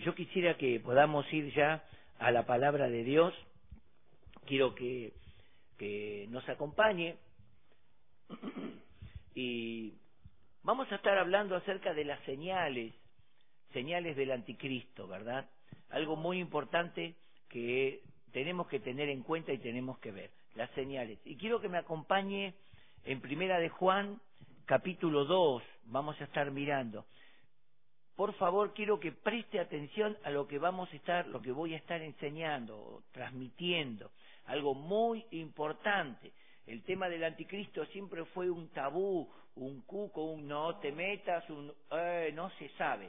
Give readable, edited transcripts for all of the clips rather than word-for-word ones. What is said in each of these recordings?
Yo quisiera que podamos ir ya a la palabra de Dios. Quiero que nos acompañe y vamos a estar hablando acerca de las señales del anticristo, ¿verdad? Algo muy importante que tenemos que tener en cuenta y tenemos que ver, las señales. Y quiero que me acompañe en Primera de Juan, capítulo 2, vamos a estar mirando. Por favor, quiero que preste atención a lo que voy a estar enseñando, transmitiendo, algo muy importante. El tema del anticristo siempre fue un tabú, un cuco, un no te metas, no se sabe.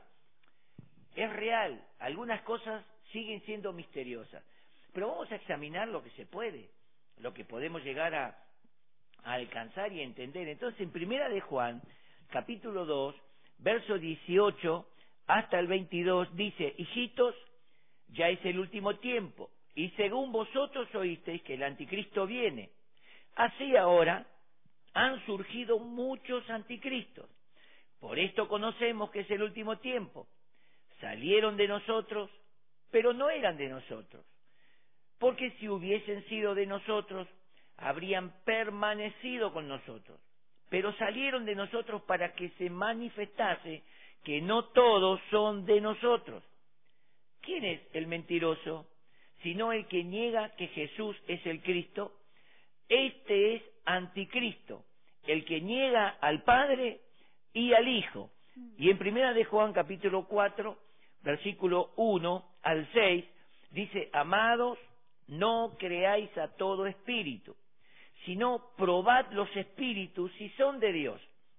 Es real, algunas cosas siguen siendo misteriosas, pero vamos a examinar lo que se puede, lo que podemos llegar a alcanzar y entender. Entonces, en Primera de Juan, capítulo 2, verso 18 hasta el 22, dice: hijitos, ya es el último tiempo, y según vosotros oísteis que el anticristo viene, así ahora han surgido muchos anticristos. Por esto conocemos que es el último tiempo. Salieron de nosotros, pero no eran de nosotros, porque si hubiesen sido de nosotros, habrían permanecido con nosotros. Pero salieron de nosotros para que se manifestase que no todos son de nosotros. ¿Quién es el mentiroso? Sino el que niega que Jesús es el Cristo. Este es anticristo, el que niega al Padre y al Hijo. Y en Primera de Juan, capítulo 4, versículo 1 al 6, dice: amados, no creáis a todo espíritu, sino probad los espíritus si son de Dios.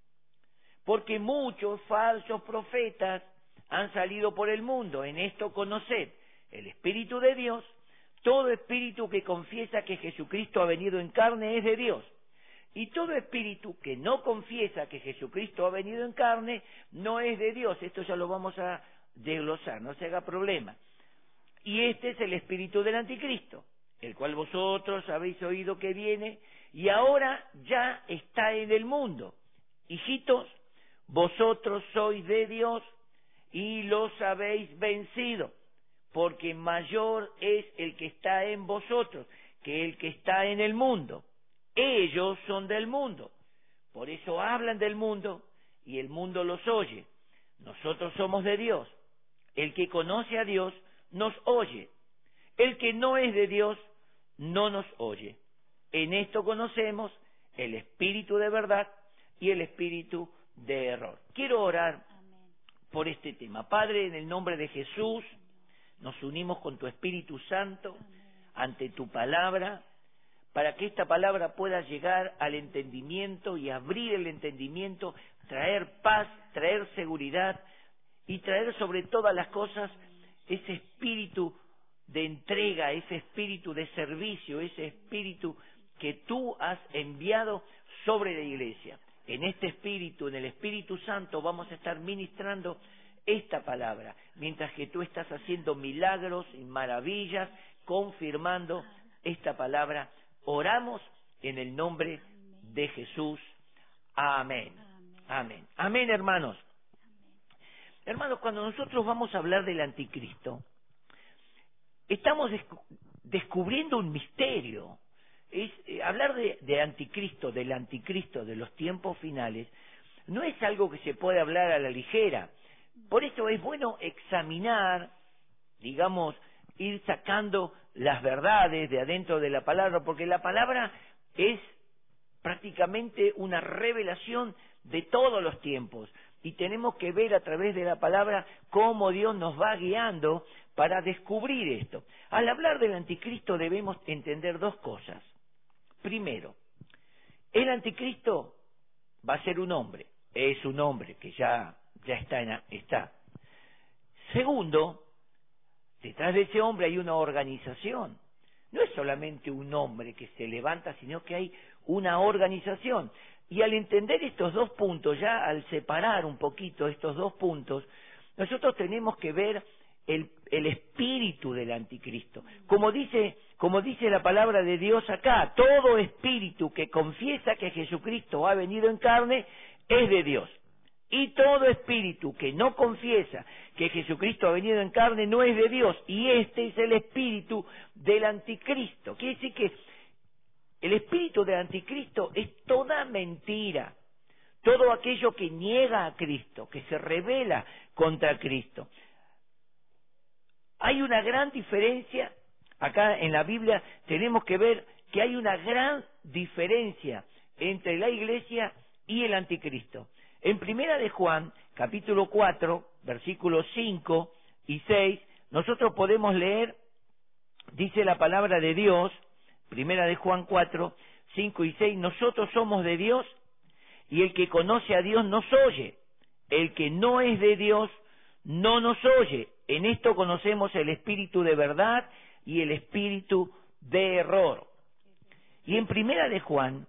Porque muchos falsos profetas han salido por el mundo. En esto conoced el Espíritu de Dios. Todo espíritu que confiesa que Jesucristo ha venido en carne es de Dios. Y todo espíritu que no confiesa que Jesucristo ha venido en carne no es de Dios. Esto ya lo vamos a desglosar, no se haga problema. Y este es el espíritu del anticristo, el cual vosotros habéis oído que viene y ahora ya está en el mundo. Hijitos, vosotros sois de Dios y los habéis vencido, porque mayor es el que está en vosotros que el que está en el mundo. Ellos son del mundo, por eso hablan del mundo y el mundo los oye. Nosotros somos de Dios. El que conoce a Dios nos oye. El que no es de Dios no nos oye. En esto conocemos el espíritu de verdad y el espíritu de error. Quiero orar por este tema. Padre, en el nombre de Jesús, nos unimos con tu Espíritu Santo ante tu palabra, para que esta palabra pueda llegar al entendimiento y abrir el entendimiento, traer paz, traer seguridad y traer sobre todas las cosas ese espíritu de entrega, ese espíritu de servicio, ese espíritu que tú has enviado sobre la iglesia. En este espíritu, en el Espíritu Santo, vamos a estar ministrando esta palabra, mientras que tú estás haciendo milagros y maravillas, confirmando esta palabra. Oramos en el nombre de Jesús. Amén. Amén. Amén, hermanos. Hermanos, cuando nosotros vamos a hablar del anticristo, estamos descubriendo un misterio. Hablar de anticristo, del anticristo de los tiempos finales, no es algo que se puede hablar a la ligera. Por eso es bueno examinar, digamos, ir sacando las verdades de adentro de la palabra, porque la palabra es prácticamente una revelación de todos los tiempos, y tenemos que ver a través de la palabra cómo Dios nos va guiando para descubrir esto. Al hablar del anticristo debemos entender dos cosas. Primero, el anticristo va a ser un hombre, es un hombre que ya está. Segundo, detrás de ese hombre hay una organización. No es solamente un hombre que se levanta, sino que hay una organización. Y al entender estos dos puntos, ya al separar un poquito estos dos puntos, nosotros tenemos que ver el espíritu del anticristo. Como dice la palabra de Dios acá, todo espíritu que confiesa que Jesucristo ha venido en carne es de Dios. Y todo espíritu que no confiesa que Jesucristo ha venido en carne no es de Dios, y este es el espíritu del anticristo. Quiere decir que el espíritu del anticristo es toda mentira, todo aquello que niega a Cristo, que se rebela contra Cristo. Hay una gran diferencia, acá en la Biblia tenemos que ver que hay una gran diferencia entre la iglesia y el anticristo. En Primera de Juan, capítulo 4, versículos 5 y 6, nosotros podemos leer, dice la palabra de Dios, Primera de Juan 4, 5 y 6, nosotros somos de Dios y el que conoce a Dios nos oye. El que no es de Dios no nos oye. En esto conocemos el espíritu de verdad y el espíritu de error. Y en Primera de Juan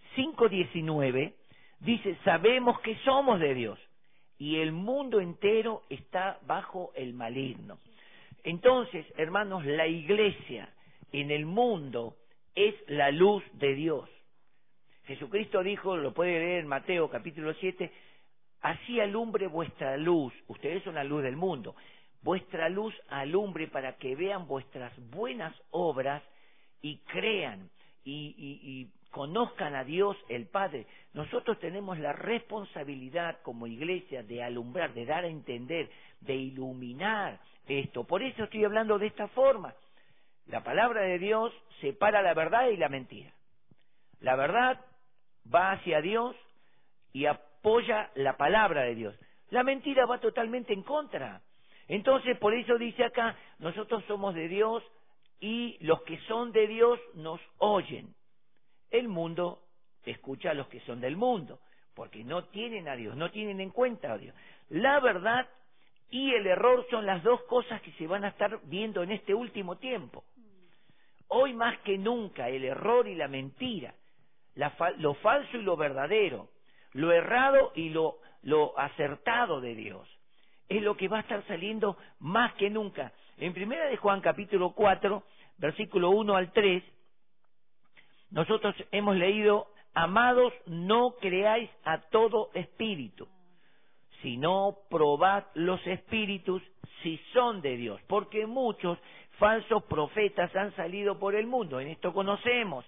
5:19 dice, sabemos que somos de Dios y el mundo entero está bajo el maligno. Entonces, hermanos, la iglesia en el mundo es la luz de Dios. Jesucristo dijo, lo puede leer en Mateo capítulo 7, así alumbre vuestra luz, ustedes son la luz del mundo, vuestra luz alumbre para que vean vuestras buenas obras y crean y conozcan a Dios el Padre. Nosotros tenemos la responsabilidad como iglesia de alumbrar, de dar a entender, de iluminar esto. Por eso estoy hablando de esta forma. La palabra de Dios separa la verdad y la mentira. La verdad va hacia Dios y apoya la palabra de Dios. La mentira va totalmente en contra. Entonces, por eso dice acá, nosotros somos de Dios y los que son de Dios nos oyen. El mundo escucha a los que son del mundo, porque no tienen a Dios, no tienen en cuenta a Dios. La verdad y el error son las dos cosas que se van a estar viendo en este último tiempo. Hoy más que nunca el error y la mentira, lo falso y lo verdadero, lo errado y lo acertado de Dios, es lo que va a estar saliendo más que nunca. En Primera de Juan capítulo 4, versículo 1 al 3, nosotros hemos leído, amados, no creáis a todo espíritu, sino probad los espíritus si son de Dios, porque muchos falsos profetas han salido por el mundo. En esto conocemos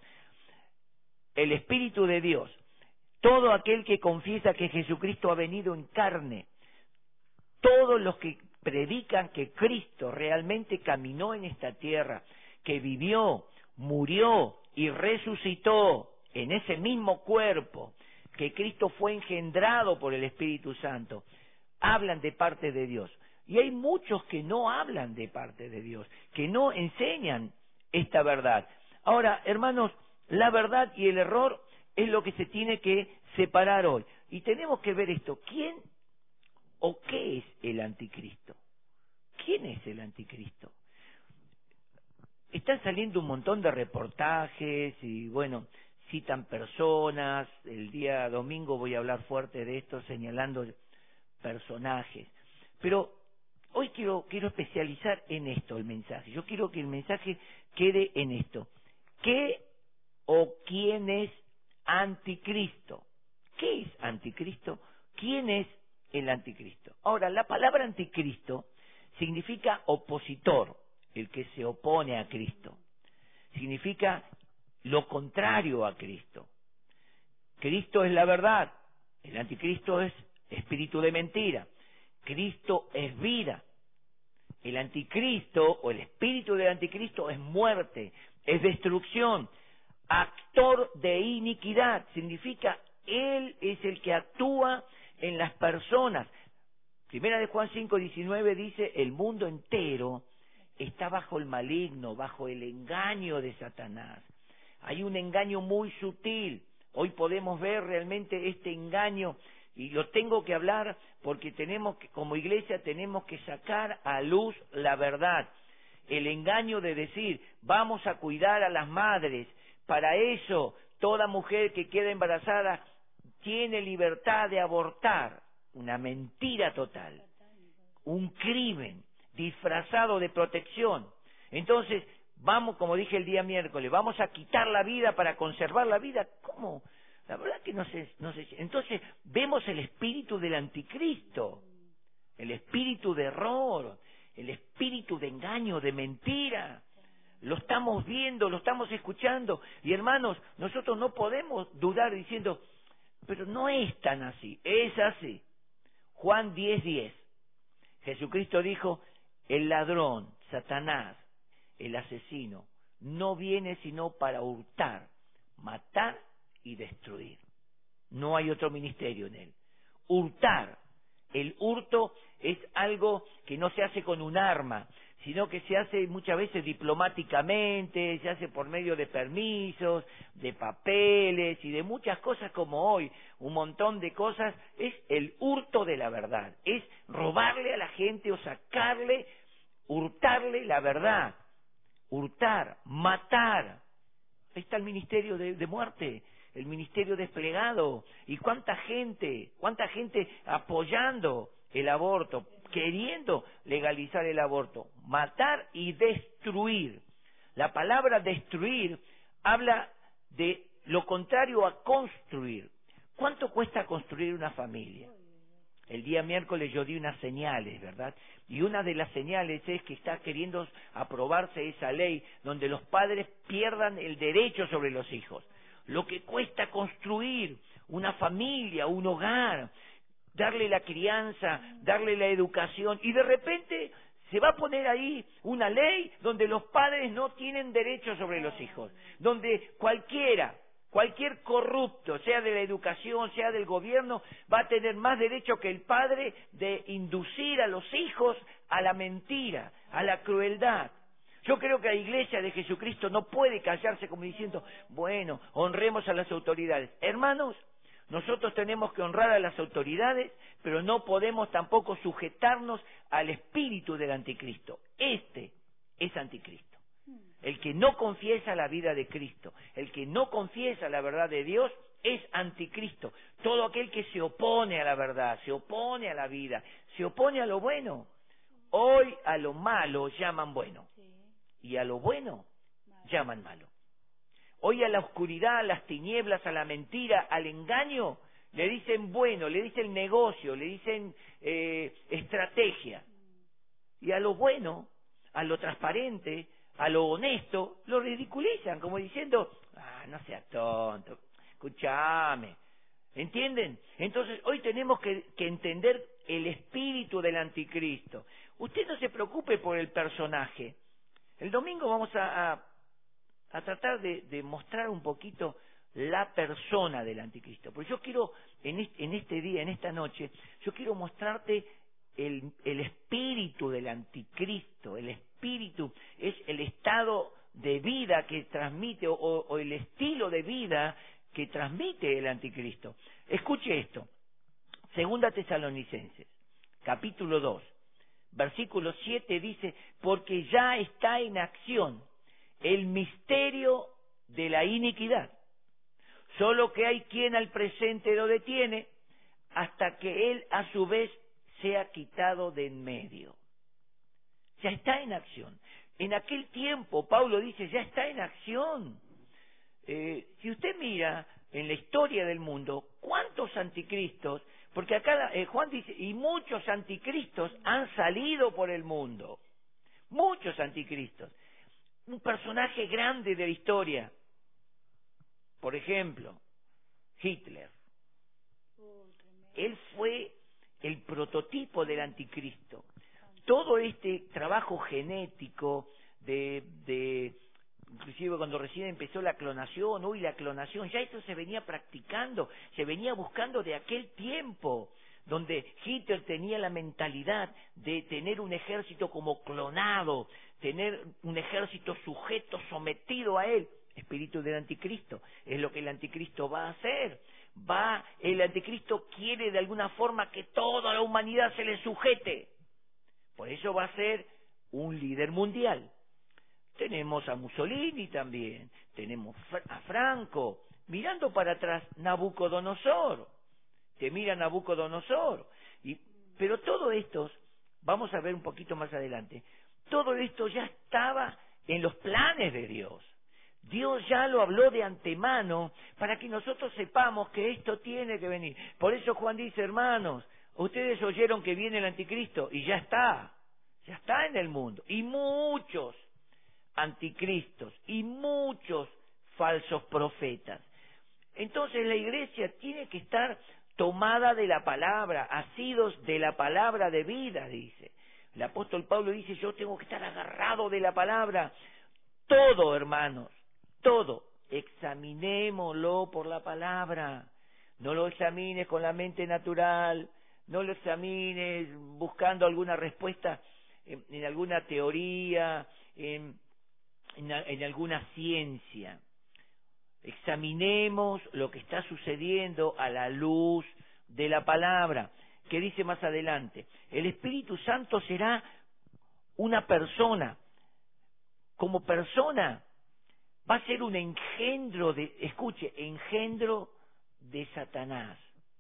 el Espíritu de Dios. Todo aquel que confiesa que Jesucristo ha venido en carne, todos los que predican que Cristo realmente caminó en esta tierra, que vivió, murió y resucitó en ese mismo cuerpo, que Cristo fue engendrado por el Espíritu Santo, hablan de parte de Dios. Y hay muchos que no hablan de parte de Dios, que no enseñan esta verdad. Ahora, hermanos, la verdad y el error es lo que se tiene que separar hoy. Y tenemos que ver esto. ¿Quién o qué es el anticristo? ¿Quién es el anticristo? Están saliendo un montón de reportajes y, bueno, citan personas. El día domingo voy a hablar fuerte de esto, señalando personajes. Pero hoy quiero especializar en esto el mensaje. Yo quiero que el mensaje quede en esto. ¿Qué o quién es anticristo? ¿Qué es anticristo? ¿Quién es el anticristo? Ahora, la palabra anticristo significa opositor, el que se opone a Cristo. Significa lo contrario a Cristo. Cristo es la verdad, el anticristo es espíritu de mentira. Cristo es vida. El anticristo o el espíritu del anticristo es muerte, es destrucción. Actor de iniquidad, significa él es el que actúa en las personas. Primera de Juan 5:19 dice, el mundo entero está bajo el maligno, bajo el engaño de Satanás. Hay un engaño muy sutil. Hoy podemos ver realmente este engaño, y lo tengo que hablar porque tenemos que, como iglesia, tenemos que sacar a luz la verdad. El engaño de decir, vamos a cuidar a las madres, para eso toda mujer que queda embarazada tiene libertad de abortar. Una mentira total, un crimen disfrazado de protección. Entonces, vamos, como dije el día miércoles, vamos a quitar la vida para conservar la vida. ¿Cómo? La verdad que no sé. Entonces vemos el espíritu del anticristo, el espíritu de error, el espíritu de engaño, de mentira. Lo estamos viendo, lo estamos escuchando. Y hermanos, nosotros no podemos dudar diciendo, pero no es tan así, es así. Juan 10:10. Jesucristo dijo, el ladrón, Satanás, el asesino, no viene sino para hurtar, matar y destruir. No hay otro ministerio en él. Hurtar. El hurto es algo que no se hace con un arma, sino que se hace muchas veces diplomáticamente, se hace por medio de permisos, de papeles y de muchas cosas como hoy, un montón de cosas. Es el hurto de la verdad, es robarle a la gente o sacarle, hurtarle la verdad, hurtar, matar. Ahí está el ministerio de muerte, el ministerio desplegado, y cuánta gente apoyando el aborto, queriendo legalizar el aborto, matar y destruir. La palabra destruir habla de lo contrario a construir. ¿Cuánto cuesta construir una familia? El día miércoles yo di unas señales, ¿verdad? Y una de las señales es que está queriendo aprobarse esa ley donde los padres pierdan el derecho sobre los hijos. Lo que cuesta construir una familia, un hogar, darle la crianza, darle la educación, y de repente se va a poner ahí una ley donde los padres no tienen derecho sobre los hijos, donde cualquier corrupto, sea de la educación, sea del gobierno, va a tener más derecho que el padre de inducir a los hijos a la mentira, a la crueldad. Yo creo que la Iglesia de Jesucristo no puede callarse como diciendo, bueno, honremos a las autoridades. Hermanos, nosotros tenemos que honrar a las autoridades, pero no podemos tampoco sujetarnos al espíritu del anticristo. Este es anticristo. El que no confiesa la vida de Cristo, el que no confiesa la verdad de Dios, es anticristo. Todo aquel que se opone a la verdad, se opone a la vida, se opone a lo bueno. Hoy a lo malo llaman bueno, y a lo bueno llaman malo. Hoy a la oscuridad, a las tinieblas, a la mentira, al engaño, le dicen bueno, le dicen negocio, le dicen estrategia. Y a lo bueno, a lo transparente, a lo honesto, lo ridiculizan, como diciendo, no seas tonto, escúchame. ¿Entienden? Entonces hoy tenemos que entender el espíritu del anticristo. Usted no se preocupe por el personaje. El domingo vamos a tratar de mostrar un poquito la persona del anticristo. Porque yo quiero, en este día, en esta noche, yo quiero mostrarte el espíritu del anticristo. El espíritu es el estado de vida que transmite, o el estilo de vida que transmite el anticristo. Escuche esto. 2 Tesalonicenses, capítulo 2, versículo 7 dice, porque ya está en acción el misterio de la iniquidad, solo que hay quien al presente lo detiene hasta que él a su vez sea quitado de en medio. Ya está en acción. En aquel tiempo, Pablo dice, ya está en acción. Si usted mira en la historia del mundo, ¿cuántos anticristos? Porque acá Juan dice, y muchos anticristos han salido por el mundo. Muchos anticristos. Un personaje grande de la historia. Por ejemplo, Hitler. Él fue el prototipo del anticristo. Todo este trabajo genético inclusive cuando recién empezó la clonación, ya esto se venía practicando, se venía buscando de aquel tiempo, donde Hitler tenía la mentalidad de tener un ejército como clonado, tener un ejército sujeto, sometido a él. Espíritu del anticristo, es lo que el anticristo va a hacer. El anticristo quiere de alguna forma que toda la humanidad se le sujete. Por eso va a ser un líder mundial. Tenemos a Mussolini también, tenemos a Franco, mirando para atrás Nabucodonosor, que mira Nabucodonosor. Pero todo esto, vamos a ver un poquito más adelante, todo esto ya estaba en los planes de Dios. Dios ya lo habló de antemano para que nosotros sepamos que esto tiene que venir. Por eso Juan dice, hermanos, ustedes oyeron que viene el anticristo y ya está en el mundo. Y muchos anticristos y muchos falsos profetas. Entonces la iglesia tiene que estar tomada de la palabra, asidos de la palabra de vida, dice. El apóstol Pablo dice, yo tengo que estar agarrado de la palabra. Todo, hermanos, todo, examinémoslo por la palabra. No lo examines con la mente natural, no lo examines buscando alguna respuesta en alguna teoría, en alguna ciencia. Examinemos lo que está sucediendo a la luz de la palabra. ¿Qué dice más adelante? El Espíritu Santo será una persona. Como persona va a ser un engendro engendro de Satanás.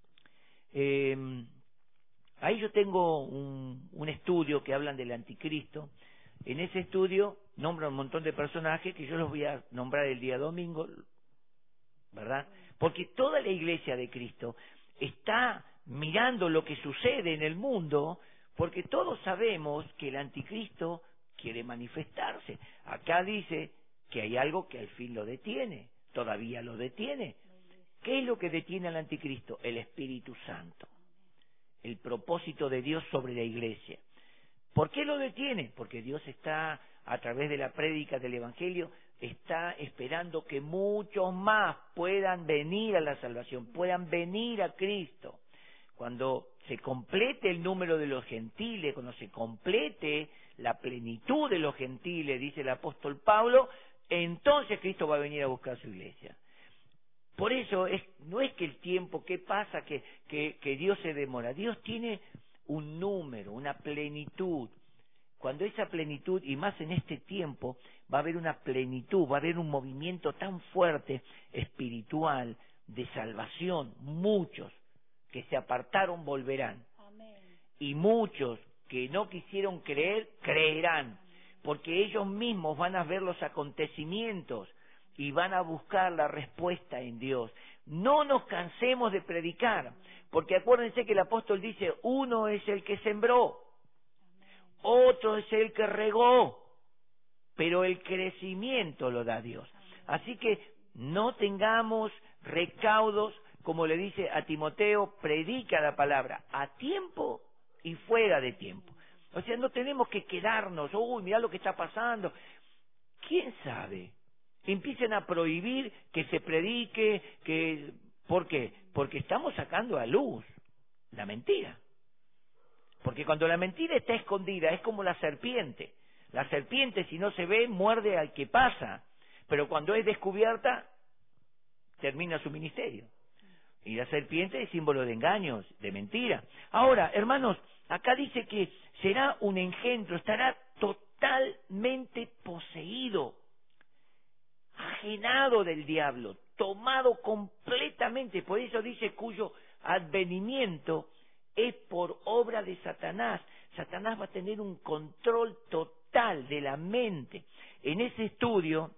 Ahí yo tengo un estudio que hablan del anticristo. En ese estudio nombra un montón de personajes que yo los voy a nombrar el día domingo, ¿verdad? Porque toda la iglesia de Cristo está mirando lo que sucede en el mundo, porque todos sabemos que el anticristo quiere manifestarse. Acá dice que hay algo que al fin lo detiene, todavía lo detiene. ¿Qué es lo que detiene al anticristo? El Espíritu Santo, el propósito de Dios sobre la iglesia. ¿Por qué lo detiene? Porque Dios está, a través de la prédica del Evangelio, está esperando que muchos más puedan venir a la salvación, puedan venir a Cristo. Cuando se complete el número de los gentiles, cuando se complete la plenitud de los gentiles, dice el apóstol Pablo, entonces Cristo va a venir a buscar su iglesia. Por eso no es que el tiempo, ¿qué pasa? Que Dios se demora. Dios tiene un número, una plenitud. Cuando esa plenitud, y más en este tiempo, va a haber una plenitud, va a haber un movimiento tan fuerte, espiritual, de salvación. Muchos que se apartaron volverán. Amén. Y muchos que no quisieron creer, creerán. Porque ellos mismos van a ver los acontecimientos y van a buscar la respuesta en Dios. No nos cansemos de predicar, porque acuérdense que el apóstol dice, uno es el que sembró, otro es el que regó, pero el crecimiento lo da Dios. Así que no tengamos recaudos, como le dice a Timoteo, predica la palabra a tiempo y fuera de tiempo. O sea, no tenemos que quedarnos, uy, mirá lo que está pasando. ¿Quién sabe? Empiecen a prohibir que se predique, ¿por qué? Porque estamos sacando a luz la mentira. Porque cuando la mentira está escondida, es como la serpiente. La serpiente, si no se ve, muerde al que pasa. Pero cuando es descubierta, termina su ministerio. Y la serpiente es símbolo de engaños, de mentira. Ahora, hermanos, acá dice que será un engendro, estará totalmente poseído, ajenado del diablo, tomado completamente. Por eso dice cuyo advenimiento es por obra de Satanás. Satanás va a tener un control total de la mente. En ese estudio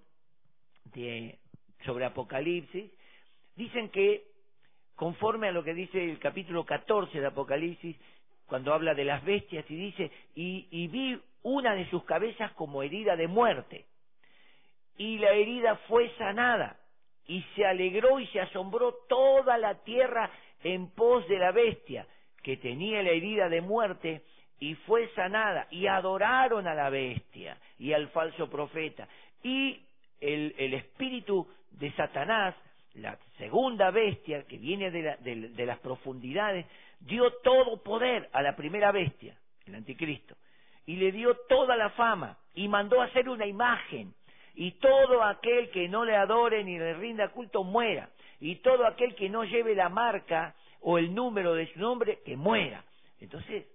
sobre Apocalipsis, dicen que, conforme a lo que dice el capítulo 14 de Apocalipsis, cuando habla de las bestias, y dice, y vi una de sus cabezas como herida de muerte, y la herida fue sanada, y se alegró y se asombró toda la tierra en pos de la bestia, que tenía la herida de muerte, y fue sanada, y adoraron a la bestia y al falso profeta. Y el espíritu de Satanás, la segunda bestia que viene de las profundidades, dio todo poder a la primera bestia, el anticristo, y le dio toda la fama, y mandó a hacer una imagen, y todo aquel que no le adore ni le rinda culto muera, y todo aquel que no lleve la marca o el número de su nombre, que muera. Entonces,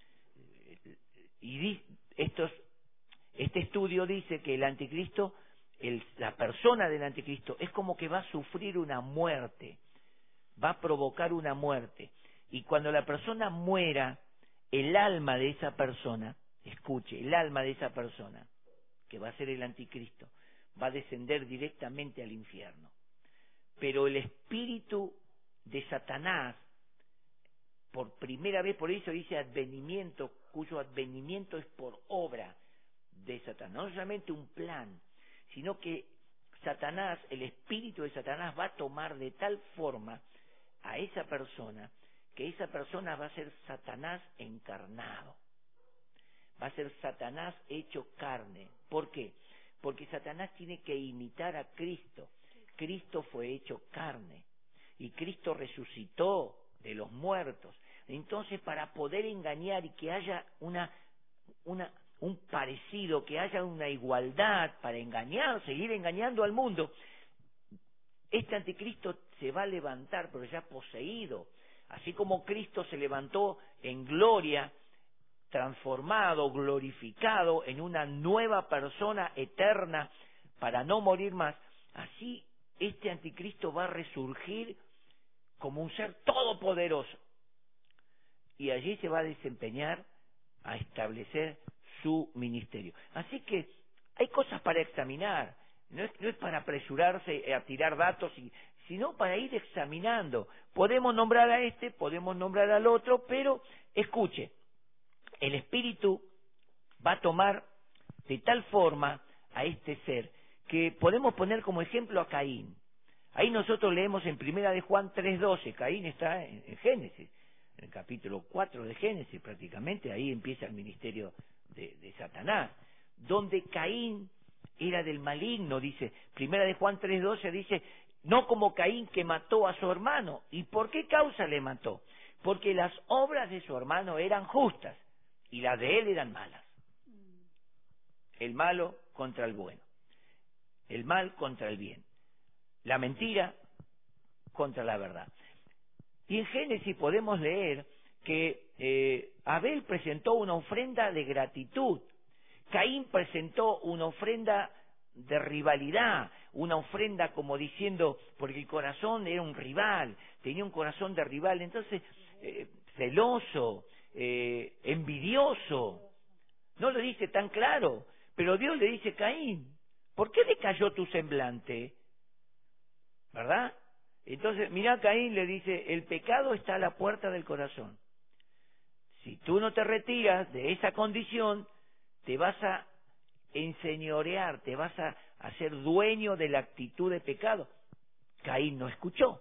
este estudio dice que el anticristo, la persona del anticristo, es como que va a sufrir una muerte, va a provocar una muerte. Y cuando la persona muera, el alma de esa persona, escuche, el alma de esa persona, que va a ser el anticristo, va a descender directamente al infierno. Pero el espíritu de Satanás, por primera vez, por eso dice advenimiento, cuyo advenimiento es por obra de Satanás. No solamente un plan, sino que Satanás, el espíritu de Satanás va a tomar de tal forma a esa persona, que esa persona va a ser Satanás encarnado. Va a ser Satanás hecho carne. ¿Por qué? Porque Satanás tiene que imitar a Cristo. Cristo fue hecho carne y Cristo resucitó de los muertos. Entonces, para poder engañar y que haya un parecido, que haya una igualdad para engañar, seguir engañando al mundo, este anticristo se va a levantar, pero ya poseído. Así como Cristo se levantó en gloria, transformado, glorificado en una nueva persona eterna para no morir más, así este anticristo va a resurgir como un ser todopoderoso. Y allí se va a desempeñar, a establecer su ministerio. Así que hay cosas para examinar, no es para apresurarse a tirar datos, sino para ir examinando. Podemos nombrar a este, podemos nombrar al otro, pero escuche, el espíritu va a tomar de tal forma a este ser que podemos poner como ejemplo a Caín. Ahí nosotros leemos en Primera de Juan 3:12, Caín está en Génesis, en el capítulo 4 de Génesis prácticamente, ahí empieza el ministerio de Satanás, donde Caín era del maligno, dice, Primera de Juan 3:12 dice, no como Caín que mató a su hermano. ¿Y por qué causa le mató? Porque las obras de su hermano eran justas y las de él eran malas. El malo contra el bueno, el mal contra el bien, la mentira contra la verdad. Y en Génesis podemos leer que Abel presentó una ofrenda de gratitud, Caín presentó una ofrenda de rivalidad, una ofrenda como diciendo, porque el corazón era un rival, tenía un corazón de rival, entonces celoso, envidioso. No lo dice tan claro, pero Dios le dice, Caín, ¿por qué decayó tu semblante? ¿Verdad? Entonces, mirá, Caín le dice, el pecado está a la puerta del corazón. Si tú no te retiras de esa condición, te vas a enseñorear, te vas a hacer dueño de la actitud de pecado. Caín no escuchó.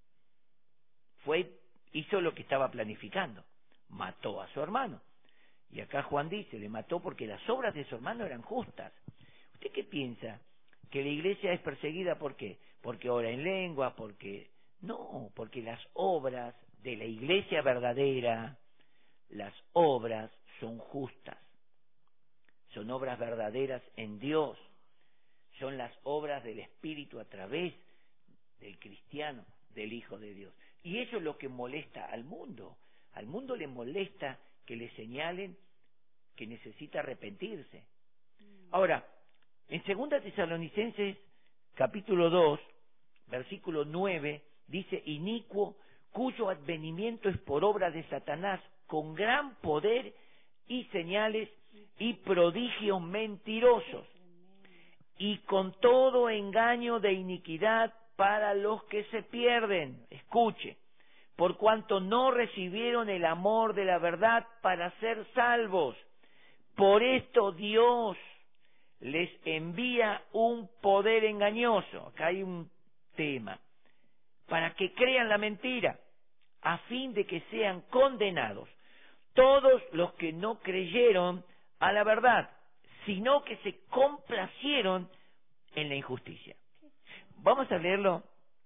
Hizo lo que estaba planificando. Mató a su hermano. Y acá Juan dice, le mató porque las obras de su hermano eran justas. ¿Usted qué piensa? ¿Que la iglesia es perseguida por qué? Porque ora en lengua, porque... No, porque las obras de la iglesia verdadera, las obras son justas. Son obras verdaderas en Dios. Son las obras del Espíritu a través del cristiano, del Hijo de Dios. Y eso es lo que molesta al mundo. Al mundo le molesta que le señalen que necesita arrepentirse. Ahora, en 2 Tesalonicenses capítulo 2, versículo 9, dice, inicuo, cuyo advenimiento es por obra de Satanás, con gran poder y señales y prodigios mentirosos, y con todo engaño de iniquidad para los que se pierden. Escuche, por cuanto no recibieron el amor de la verdad para ser salvos. Por esto Dios les envía un poder engañoso. Acá hay un tema. Para que crean la mentira, a fin de que sean condenados todos los que no creyeron a la verdad, sino que se complacieron en la injusticia. Vamos a leerlo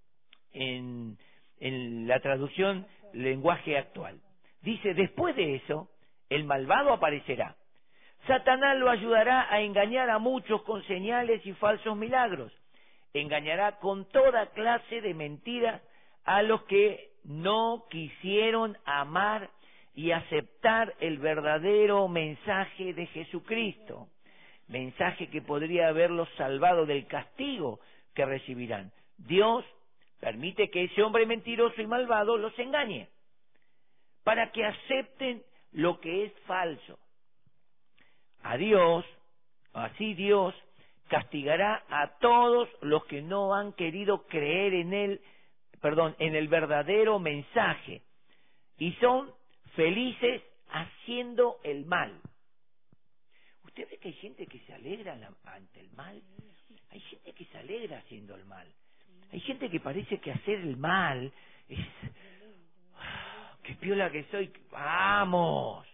en la traducción lenguaje actual. Dice, después de eso, el malvado aparecerá. Satanás lo ayudará a engañar a muchos con señales y falsos milagros. Engañará con toda clase de mentiras a los que no quisieron amar y aceptar el verdadero mensaje de Jesucristo. Mensaje que podría haberlos salvado del castigo que recibirán. Dios permite que ese hombre mentiroso y malvado los engañe, para que acepten lo que es falso. Así Dios castigará a todos los que no han querido creer en el verdadero mensaje, y son felices haciendo el mal. ¿Usted ve que hay gente que se alegra ante el mal? Hay gente que se alegra haciendo el mal. Hay gente que parece que hacer el mal es... ¡Qué piola que soy! ¡Vamos!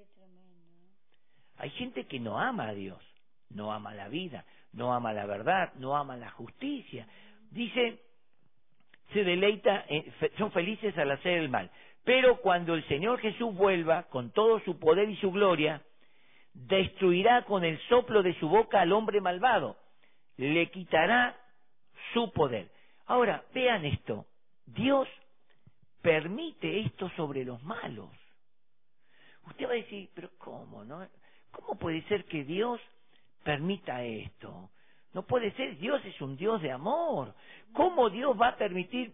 Hay gente que no ama a Dios, no ama la vida, no ama la verdad, no ama la justicia. Dice, son felices al hacer el mal. Pero cuando el Señor Jesús vuelva con todo su poder y su gloria, destruirá con el soplo de su boca al hombre malvado, le quitará su poder. Ahora, vean esto, Dios permite esto sobre los malos. Usted va a decir, pero ¿cómo, no? ¿Cómo puede ser que Dios permita esto? No puede ser, Dios es un Dios de amor. ¿Cómo Dios va a permitir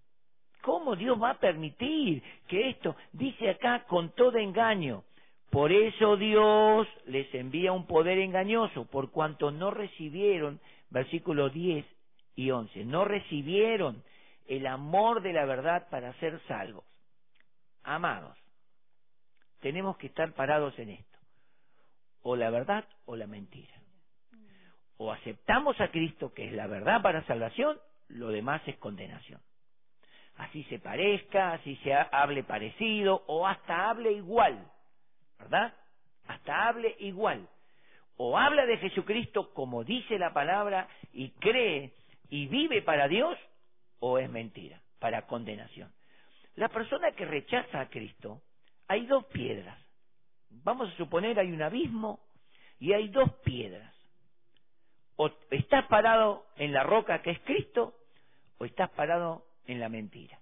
que esto, dice acá, con todo engaño? Por eso Dios les envía un poder engañoso, por cuanto no recibieron, versículos 10 y 11, no recibieron el amor de la verdad para ser salvos. Amados, tenemos que estar parados en esto, o la verdad o la mentira. O aceptamos a Cristo, que es la verdad para salvación, lo demás es condenación. Así se parezca, así se hable parecido, o hasta hable igual, ¿verdad? Hasta hable igual. O habla de Jesucristo como dice la palabra y cree y vive para Dios, o es mentira, para condenación. La persona que rechaza a Cristo, hay dos piedras. Vamos a suponer hay un abismo y hay dos piedras. O estás parado en la roca que es Cristo, o estás parado en la mentira.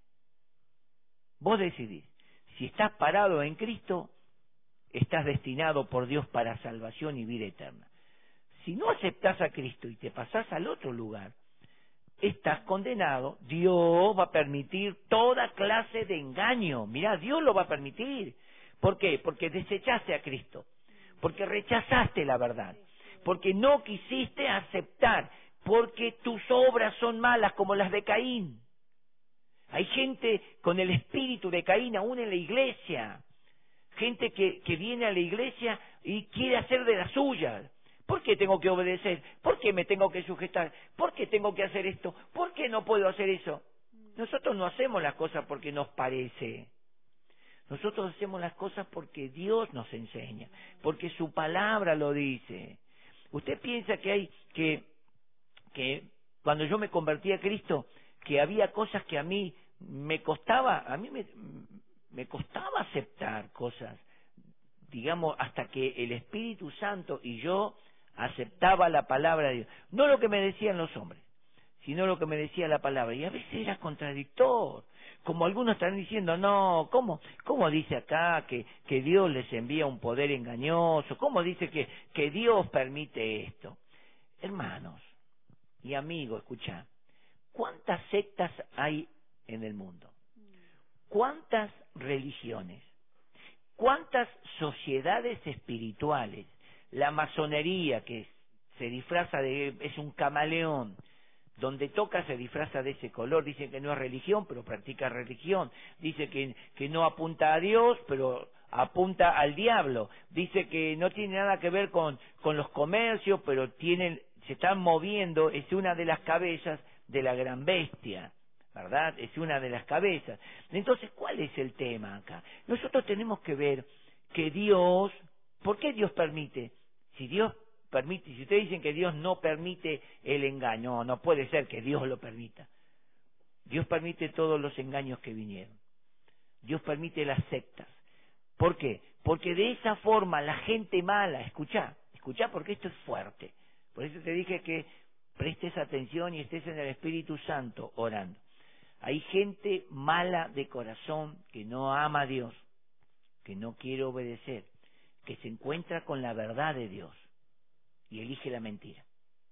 Vos decidís. Si estás parado en Cristo, estás destinado por Dios para salvación y vida eterna. Si no aceptás a Cristo y te pasás al otro lugar, estás condenado. Dios va a permitir toda clase de engaño. Mirá, Dios lo va a permitir. ¿Por qué? Porque desechaste a Cristo, porque rechazaste la verdad, porque no quisiste aceptar, porque tus obras son malas como las de Caín. Hay gente con el espíritu de Caín aún en la iglesia, gente que viene a la iglesia y quiere hacer de las suyas. ¿Por qué tengo que obedecer? ¿Por qué me tengo que sujetar? ¿Por qué tengo que hacer esto? ¿Por qué no puedo hacer eso? Nosotros no hacemos las cosas porque nos parece. Nosotros hacemos las cosas porque Dios nos enseña, porque su palabra lo dice. ¿Usted piensa que cuando yo me convertí a Cristo, que había cosas que a mí me costaba aceptar cosas, digamos, hasta que el Espíritu Santo y yo aceptaba la palabra de Dios? No lo que me decían los hombres, sino lo que me decía la palabra. Y a veces era contradictor. Como algunos están diciendo, no, ¿cómo dice acá que Dios les envía un poder engañoso? ¿Cómo dice que Dios permite esto? Hermanos y amigos, escuchá, ¿cuántas sectas hay en el mundo? ¿Cuántas religiones? ¿Cuántas sociedades espirituales? La masonería, que se disfraza es un camaleón, donde toca se disfraza de ese color. Dicen que no es religión, pero practica religión. Dice que no apunta a Dios, pero apunta al diablo. Dice que no tiene nada que ver con los comercios, pero se están moviendo, es una de las cabezas de la gran bestia, ¿verdad? Es una de las cabezas. Entonces, ¿cuál es el tema acá? Nosotros tenemos que ver que Dios, ¿por qué Dios permite? Si Dios permite, si ustedes dicen que Dios no permite el engaño, no puede ser que Dios lo permita. Dios permite todos los engaños que vinieron. Dios permite las sectas. ¿Por qué? Porque de esa forma la gente mala, escuchá porque esto es fuerte. Por eso te dije que prestes atención y estés en el Espíritu Santo orando. Hay gente mala de corazón que no ama a Dios, que no quiere obedecer, que se encuentra con la verdad de Dios y elige la mentira,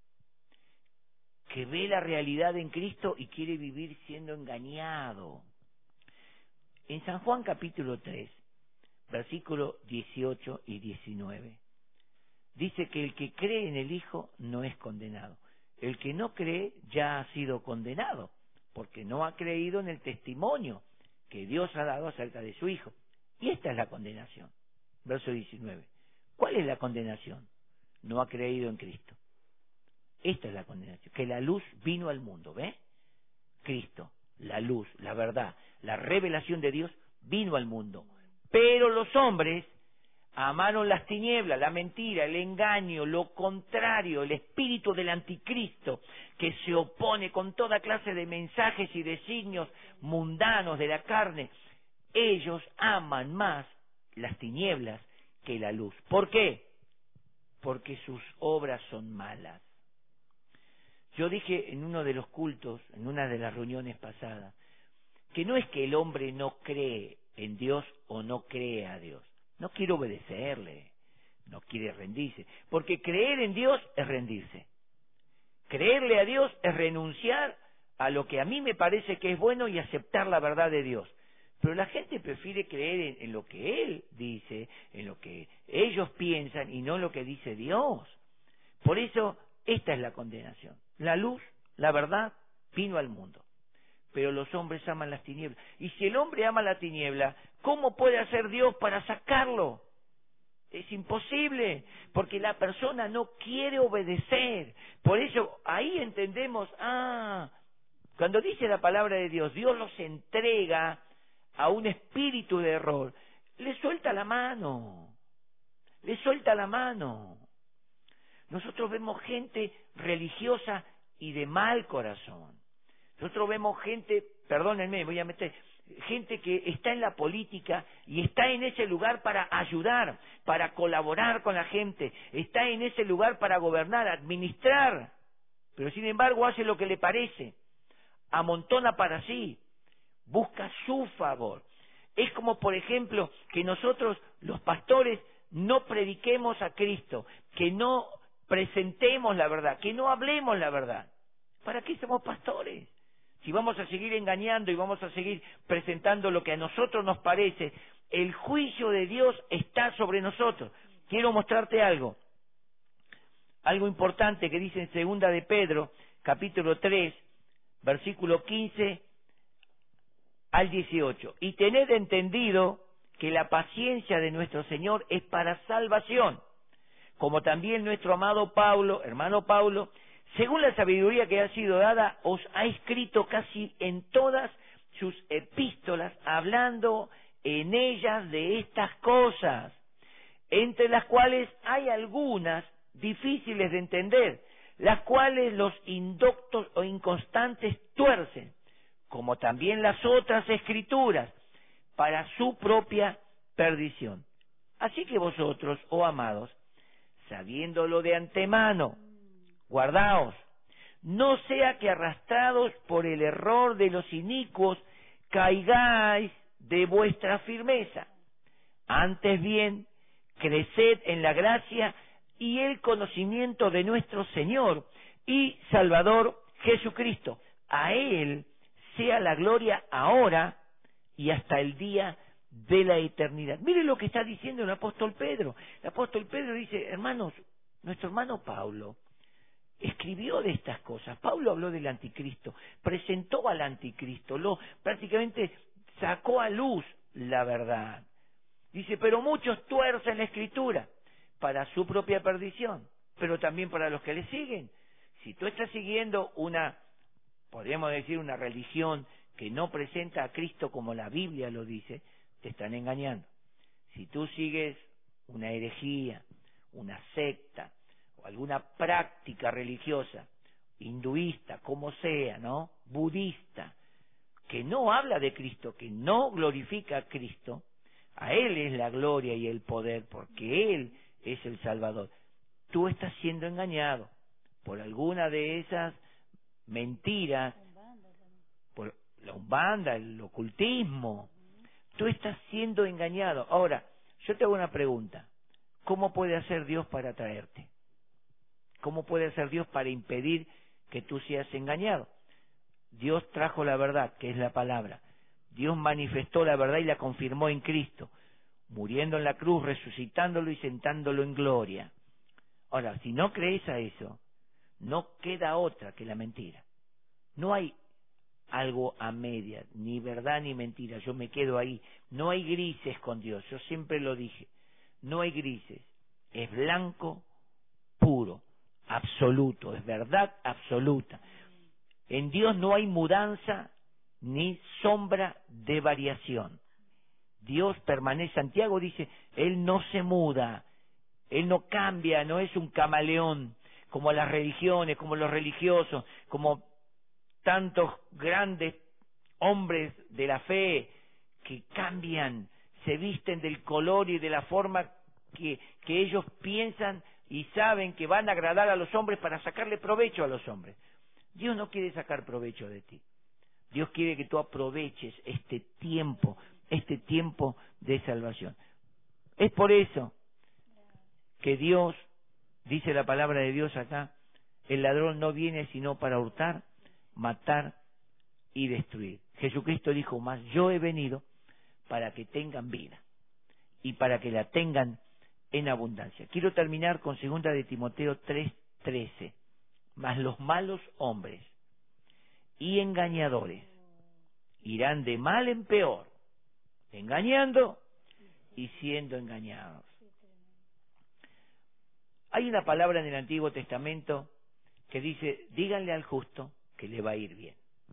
que ve la realidad en Cristo y quiere vivir siendo engañado. En San Juan capítulo 3, versículos 18 y 19, dice que el que cree en el Hijo no es condenado. El que no cree ya ha sido condenado, porque no ha creído en el testimonio que Dios ha dado acerca de su Hijo. Y esta es la condenación. Verso 19. ¿Cuál es la condenación? No ha creído en Cristo. Esta es la condenación, que la luz vino al mundo, ¿ve? Cristo, la luz, la verdad, la revelación de Dios vino al mundo. Pero los hombres amaron las tinieblas, la mentira, el engaño, lo contrario, el espíritu del anticristo, que se opone con toda clase de mensajes y designios mundanos de la carne. Ellos aman más las tinieblas que la luz. ¿Por qué? Porque sus obras son malas. Yo dije en uno de los cultos, en una de las reuniones pasadas, que no es que el hombre no cree en Dios o no cree a Dios. No quiere obedecerle, no quiere rendirse, porque creer en Dios es rendirse. Creerle a Dios es renunciar a lo que a mí me parece que es bueno y aceptar la verdad de Dios. Pero la gente prefiere creer en lo que Él dice, en lo que ellos piensan y no en lo que dice Dios. Por eso, esta es la condenación. La luz, la verdad, vino al mundo. Pero los hombres aman las tinieblas. Y si el hombre ama la tiniebla, ¿cómo puede hacer Dios para sacarlo? Es imposible, porque la persona no quiere obedecer. Por eso ahí entendemos, cuando dice la palabra de Dios, Dios los entrega a un espíritu de error, le suelta la mano, le suelta la mano. Nosotros vemos gente religiosa y de mal corazón. Nosotros vemos gente, perdónenme, voy a meter, gente que está en la política y está en ese lugar para ayudar, para colaborar con la gente, está en ese lugar para gobernar, administrar, pero sin embargo hace lo que le parece, amontona para sí, busca su favor. Es como, por ejemplo, que nosotros, los pastores, no prediquemos a Cristo, que no presentemos la verdad, que no hablemos la verdad. ¿Para qué somos pastores? Si vamos a seguir engañando y vamos a seguir presentando lo que a nosotros nos parece, el juicio de Dios está sobre nosotros. Quiero mostrarte algo importante que dice en segunda de Pedro, capítulo 3, versículo 15 al 18. Y tened entendido que la paciencia de nuestro Señor es para salvación, como también nuestro amado Pablo, hermano Pablo, según la sabiduría que ha sido dada, os ha escrito casi en todas sus epístolas, hablando en ellas de estas cosas, entre las cuales hay algunas difíciles de entender, las cuales los indoctos o inconstantes tuercen, como también las otras escrituras, para su propia perdición. Así que vosotros, oh amados, sabiéndolo de antemano, guardaos, no sea que arrastrados por el error de los inicuos caigáis de vuestra firmeza. Antes bien, creced en la gracia y el conocimiento de nuestro Señor y Salvador Jesucristo. A Él sea la gloria ahora y hasta el día de la eternidad. Mire lo que está diciendo el apóstol Pedro. El apóstol Pedro dice, hermanos, nuestro hermano Pablo escribió de estas cosas. Pablo habló del anticristo, presentó al anticristo, prácticamente sacó a luz la verdad. Dice, pero muchos tuercen la escritura para su propia perdición, pero también para los que le siguen. Si tú estás siguiendo podríamos decir, una religión que no presenta a Cristo como la Biblia lo dice, te están engañando. Si tú sigues una herejía, una secta, o alguna práctica religiosa, hinduista, como sea, ¿no? Budista, que no habla de Cristo, que no glorifica a Cristo, a Él es la gloria y el poder, porque Él es el Salvador. Tú estás siendo engañado por alguna de esas mentiras, por la umbanda, el ocultismo. Tú estás siendo engañado. Ahora, yo te hago una pregunta. ¿Cómo puede hacer Dios para atraerte? ¿Cómo puede hacer Dios para impedir que tú seas engañado? Dios trajo la verdad, que es la palabra. Dios manifestó la verdad y la confirmó en Cristo, muriendo en la cruz, resucitándolo y sentándolo en gloria. Ahora, si no crees a eso, no queda otra que la mentira. No hay algo a medias, ni verdad ni mentira, yo me quedo ahí. No hay grises con Dios, yo siempre lo dije, no hay grises, es blanco puro, absoluto, es verdad absoluta. En Dios no hay mudanza ni sombra de variación. Dios permanece, Santiago dice, Él no se muda, Él no cambia, no es un camaleón, como las religiones, como los religiosos, como tantos grandes hombres de la fe que cambian, se visten del color y de la forma que ellos piensan y saben que van a agradar a los hombres para sacarle provecho a los hombres. Dios no quiere sacar provecho de ti. Dios quiere que tú aproveches este tiempo de salvación. Es por eso que Dios, dice la palabra de Dios acá, el ladrón no viene sino para hurtar, matar y destruir. Jesucristo dijo, mas yo he venido para que tengan vida y para que la tengan en abundancia. Quiero terminar con 2 de Timoteo 3:13. Mas los malos hombres y engañadores irán de mal en peor, engañando y siendo engañados. Hay una palabra en el Antiguo Testamento que dice, díganle al justo que le va a ir bien.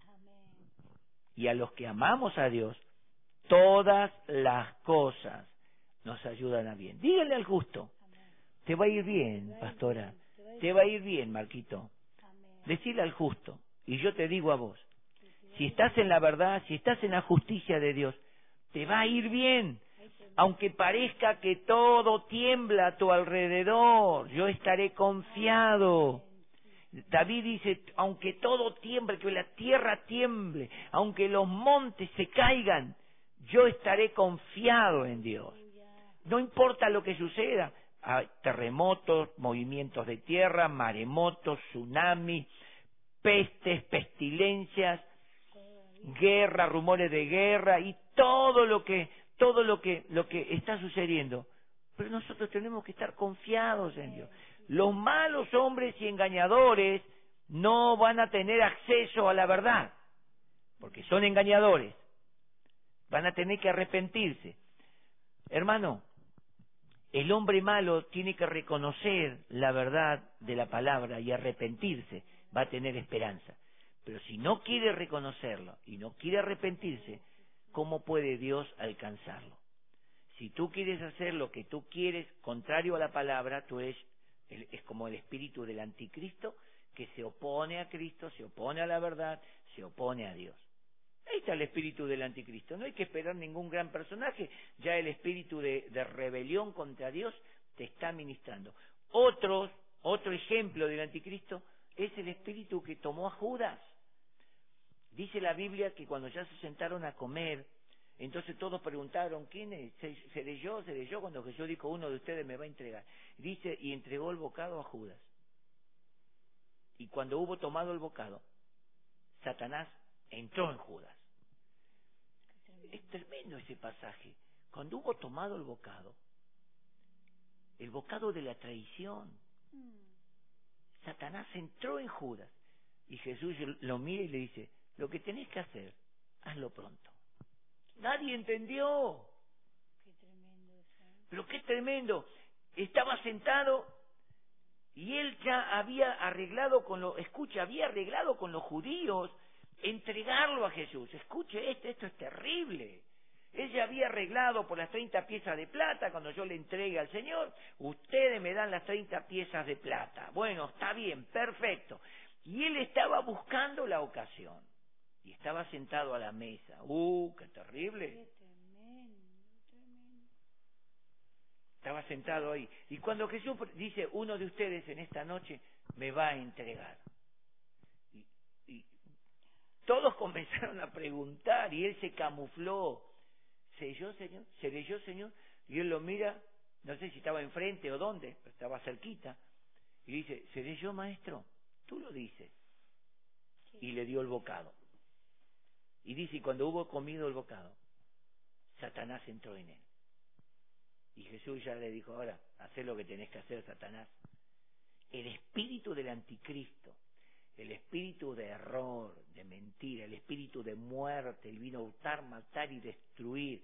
Y a los que amamos a Dios, todas las cosas nos ayudan a bien. Díganle al justo, te va a ir bien, pastora, te va a ir bien, Marquito. Decirle al justo, y yo te digo a vos, si estás en la verdad, si estás en la justicia de Dios, te va a ir bien, aunque parezca que todo tiembla a tu alrededor, yo estaré confiado. David dice, aunque todo tiemble, que la tierra tiemble, aunque los montes se caigan, yo estaré confiado en Dios. No importa lo que suceda, hay terremotos, movimientos de tierra, maremotos, tsunamis, pestes, pestilencias, guerra, rumores de guerra y todo lo que está sucediendo. Pero nosotros tenemos que estar confiados en Dios. Los malos hombres y engañadores no van a tener acceso a la verdad, porque son engañadores. Van a tener que arrepentirse. Hermano, el hombre malo tiene que reconocer la verdad de la palabra y arrepentirse, va a tener esperanza. Pero si no quiere reconocerlo y no quiere arrepentirse, ¿cómo puede Dios alcanzarlo? Si tú quieres hacer lo que tú quieres, contrario a la palabra, tú es como el espíritu del anticristo que se opone a Cristo, se opone a la verdad, se opone a Dios. Ahí está el espíritu del anticristo. No hay que esperar ningún gran personaje. Ya el espíritu de rebelión contra Dios te está ministrando. Otro ejemplo del anticristo es el espíritu que tomó a Judas. Dice la Biblia que cuando ya se sentaron a comer, entonces todos preguntaron, ¿quién es? ¿Seré yo? ¿Seré yo? Cuando Jesús dijo, uno de ustedes me va a entregar. Dice, y entregó el bocado a Judas. Y cuando hubo tomado el bocado, Satanás entró en Judas. Es tremendo ese pasaje. Cuando hubo tomado el bocado de la traición, Satanás entró en Judas. Y Jesús lo mira y le dice, lo que tenés que hacer, hazlo pronto. Nadie entendió. Pero qué tremendo. Estaba sentado y él ya había arreglado había arreglado con los judíos entregarlo a Jesús. Escuche esto es terrible. Él ya había arreglado por las 30 piezas de plata, cuando yo le entregue al Señor, ustedes me dan las 30 piezas de plata. Bueno, está bien, perfecto. Y él estaba buscando la ocasión. Y estaba sentado a la mesa. ¡Qué terrible! Qué tremendo. Estaba sentado ahí. Y cuando Jesús dice, uno de ustedes en esta noche me va a entregar. Y todos comenzaron a preguntar y él se camufló. ¿Seré yo, Señor? ¿Seré yo, Señor? Y él lo mira, no sé si estaba enfrente o dónde, pero estaba cerquita. Y dice, ¿seré yo, maestro? Tú lo dices. Y le dio el bocado. Y dice, y cuando hubo comido el bocado, Satanás entró en él. Y Jesús ya le dijo, ahora, haz lo que tenés que hacer, Satanás. el espíritu del anticristo, el espíritu de error, de mentira, el espíritu de muerte, él vino a hurtar, matar y destruir.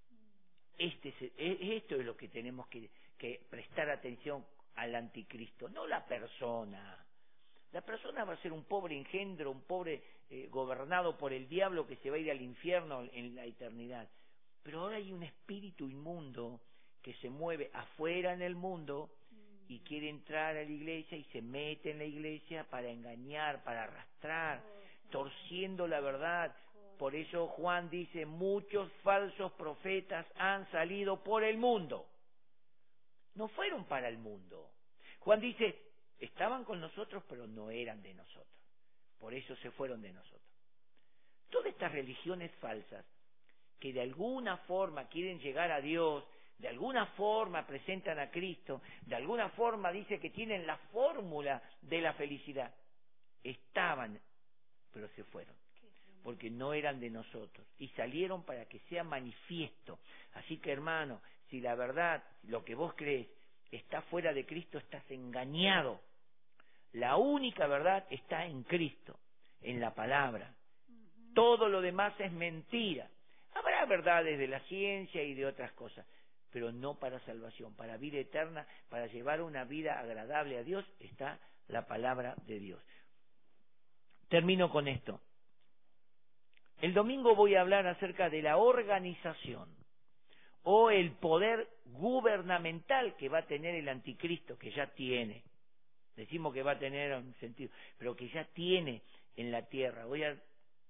Esto es lo que tenemos que prestar atención al anticristo, no la persona. La persona va a ser un pobre engendro, un pobre gobernado por el diablo que se va a ir al infierno en la eternidad. Pero ahora hay un espíritu inmundo que se mueve afuera en el mundo y quiere entrar a la iglesia y se mete en la iglesia para engañar, para arrastrar, torciendo la verdad. Por eso Juan dice, muchos falsos profetas han salido por el mundo. No fueron para el mundo. Juan dice, estaban con nosotros, pero no eran de nosotros. Por eso se fueron de nosotros. Todas estas religiones falsas, que de alguna forma quieren llegar a Dios, de alguna forma presentan a Cristo, de alguna forma dice que tienen la fórmula de la felicidad, estaban, pero se fueron, porque no eran de nosotros, y salieron para que sea manifiesto. Así que, hermano, si la verdad, lo que vos crees, está fuera de Cristo, estás engañado. La única verdad está en Cristo, en la palabra. Todo lo demás es mentira. Habrá verdades de la ciencia y de otras cosas, pero no para salvación, para vida eterna, para llevar una vida agradable a Dios, está la palabra de Dios. Termino con esto. El domingo voy a hablar acerca de la organización o el poder gubernamental que va a tener el anticristo, que ya tiene. Decimos que va a tener un sentido, pero que ya tiene en la tierra. Voy a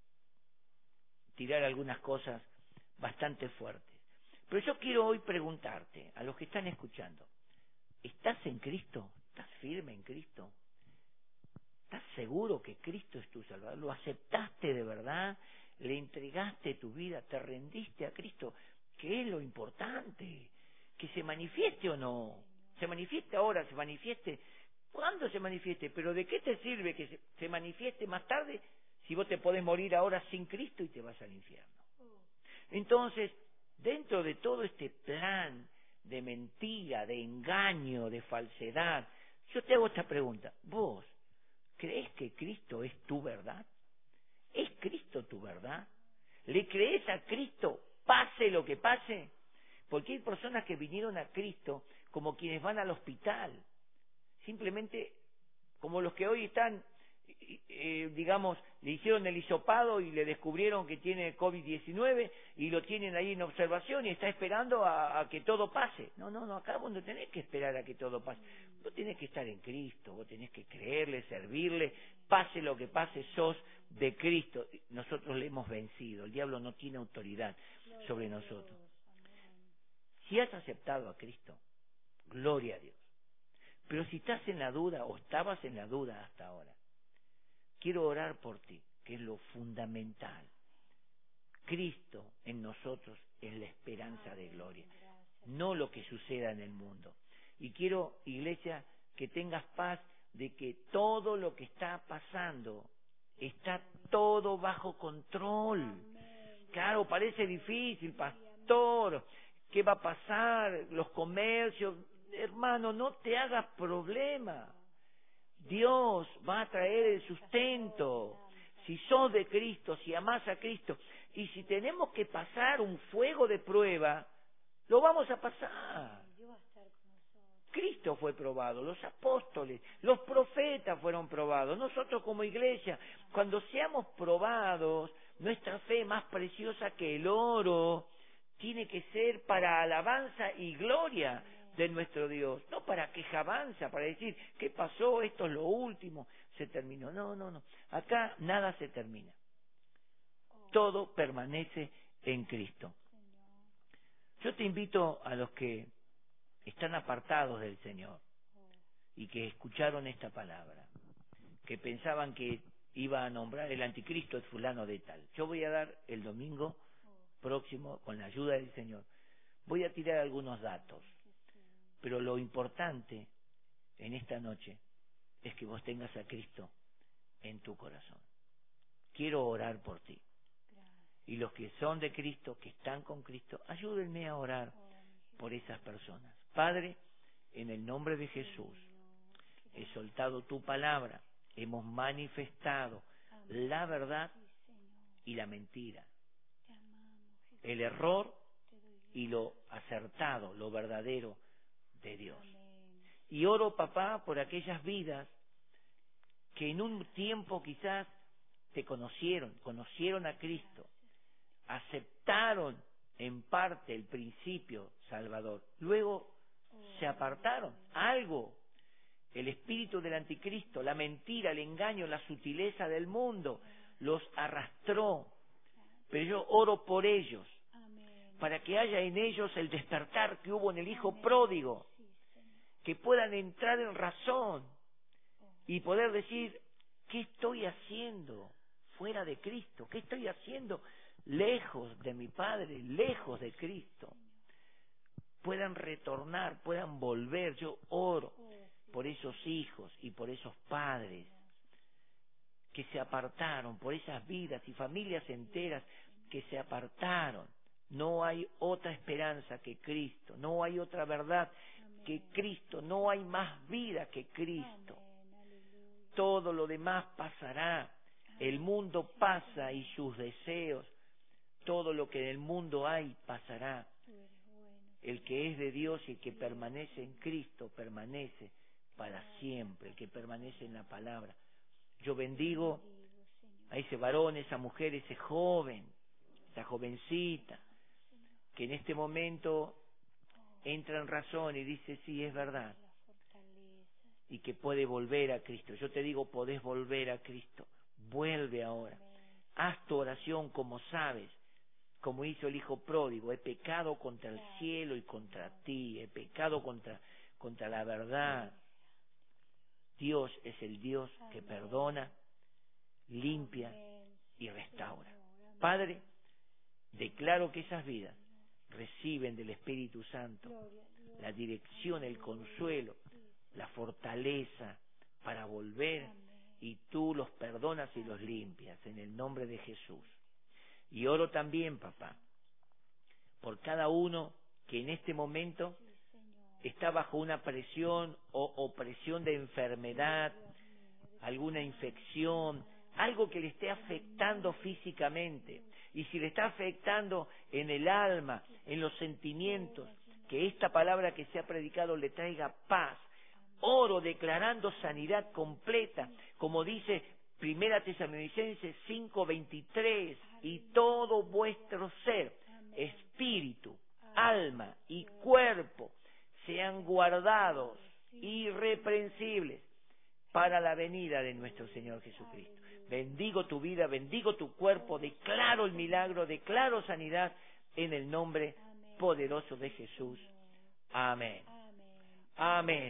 tirar algunas cosas bastante fuertes. Pero yo quiero hoy preguntarte, a los que están escuchando, ¿estás en Cristo? ¿Estás firme en Cristo? ¿Estás seguro que Cristo es tu Salvador? ¿Lo aceptaste de verdad? ¿Le entregaste tu vida? ¿Te rendiste a Cristo? ¿Qué es lo importante? ¿Que se manifieste o no? ¿Se manifieste ahora? ¿Se manifieste? ¿Cuándo se manifieste? ¿Pero de qué te sirve que se manifieste más tarde si vos te podés morir ahora sin Cristo y te vas al infierno? Entonces, dentro de todo este plan de mentira, de engaño, de falsedad, yo te hago esta pregunta. ¿Vos crees que Cristo es tu verdad? ¿Es Cristo tu verdad? ¿Le crees a Cristo pase lo que pase? Porque hay personas que vinieron a Cristo como quienes van al hospital. Simplemente como los que hoy están, digamos, le hicieron el hisopado y le descubrieron que tiene COVID-19 y lo tienen ahí en observación y está esperando a que todo pase. No, acá vos no tenés que esperar a que todo pase. Vos tenés que estar en Cristo, vos tenés que creerle, servirle, pase lo que pase, sos de Cristo. Nosotros le hemos vencido, el diablo no tiene autoridad sobre nosotros. Si has aceptado a Cristo, gloria a Dios. Pero si estás en la duda o estabas en la duda hasta ahora, quiero orar por ti, que es lo fundamental. Cristo en nosotros es la esperanza de gloria, no lo que suceda en el mundo. Y quiero, iglesia, que tengas paz de que todo lo que está pasando está todo bajo control. Claro, parece difícil, pastor, ¿qué va a pasar? Los comercios. Hermano, no te hagas problema. Dios va a traer el sustento. Si sos de Cristo, si amás a Cristo, y si tenemos que pasar un fuego de prueba, lo vamos a pasar. Cristo fue probado, los apóstoles, los profetas fueron probados. Nosotros como iglesia, cuando seamos probados, nuestra fe más preciosa que el oro tiene que ser para alabanza y gloria de nuestro Dios, no para quejabanza, para decir, ¿qué pasó? Esto es lo último, se terminó. No. Acá nada se termina. Todo permanece en Cristo. Yo te invito a los que están apartados del Señor y que escucharon esta palabra, que pensaban que iba a nombrar el anticristo es fulano de tal. Yo voy a dar el domingo próximo, con la ayuda del Señor, voy a tirar algunos datos. Pero lo importante en esta noche es que vos tengas a Cristo en tu corazón. Quiero orar por ti. Y los que son de Cristo, que están con Cristo, ayúdenme a orar por esas personas. Padre, en el nombre de Jesús, he soltado tu palabra, hemos manifestado la verdad y la mentira, el error y lo acertado, lo verdadero de Dios. Y oro, papá, por aquellas vidas que en un tiempo quizás te conocieron a Cristo, aceptaron en parte el principio salvador, luego se apartaron. Algo, el espíritu del anticristo, la mentira, el engaño, la sutileza del mundo los arrastró. Pero yo oro por ellos, para que haya en ellos el despertar que hubo en el hijo pródigo, que puedan entrar en razón y poder decir, ¿qué estoy haciendo fuera de Cristo? ¿Qué estoy haciendo lejos de mi Padre, lejos de Cristo? Puedan retornar, puedan volver. Yo oro por esos hijos y por esos padres que se apartaron, por esas vidas y familias enteras que se apartaron. No hay otra esperanza que Cristo, no hay otra verdad que Cristo, no hay más vida que Cristo. Todo lo demás pasará, el mundo pasa y sus deseos, todo lo que en el mundo hay pasará. El que es de Dios y el que permanece en Cristo permanece para siempre, el que permanece en la palabra. Yo bendigo a ese varón, esa mujer, ese joven, esa jovencita, que en este momento entra en razón y dice, sí, es verdad, y que puede volver a Cristo. Yo te digo, podés volver a Cristo, vuelve ahora, haz tu oración como sabes, como hizo el hijo pródigo, he pecado contra el cielo y contra ti, he pecado contra la verdad. Dios es el Dios que perdona, limpia y restaura. Padre, declaro que esas vidas reciben del Espíritu Santo la dirección, el consuelo, la fortaleza para volver, y tú los perdonas y los limpias en el nombre de Jesús. Y oro también, papá, por cada uno que en este momento está bajo una presión o opresión de enfermedad, alguna infección, algo que le esté afectando físicamente. Y si le está afectando en el alma, en los sentimientos, que esta palabra que se ha predicado le traiga paz. Oro declarando sanidad completa, como dice Primera Tesalonicenses 5:23, y todo vuestro ser, espíritu, alma y cuerpo sean guardados irreprensibles para la venida de nuestro Señor Jesucristo. Bendigo tu vida, bendigo tu cuerpo, declaro el milagro, declaro sanidad en el nombre poderoso de Jesús. Amén. Amén.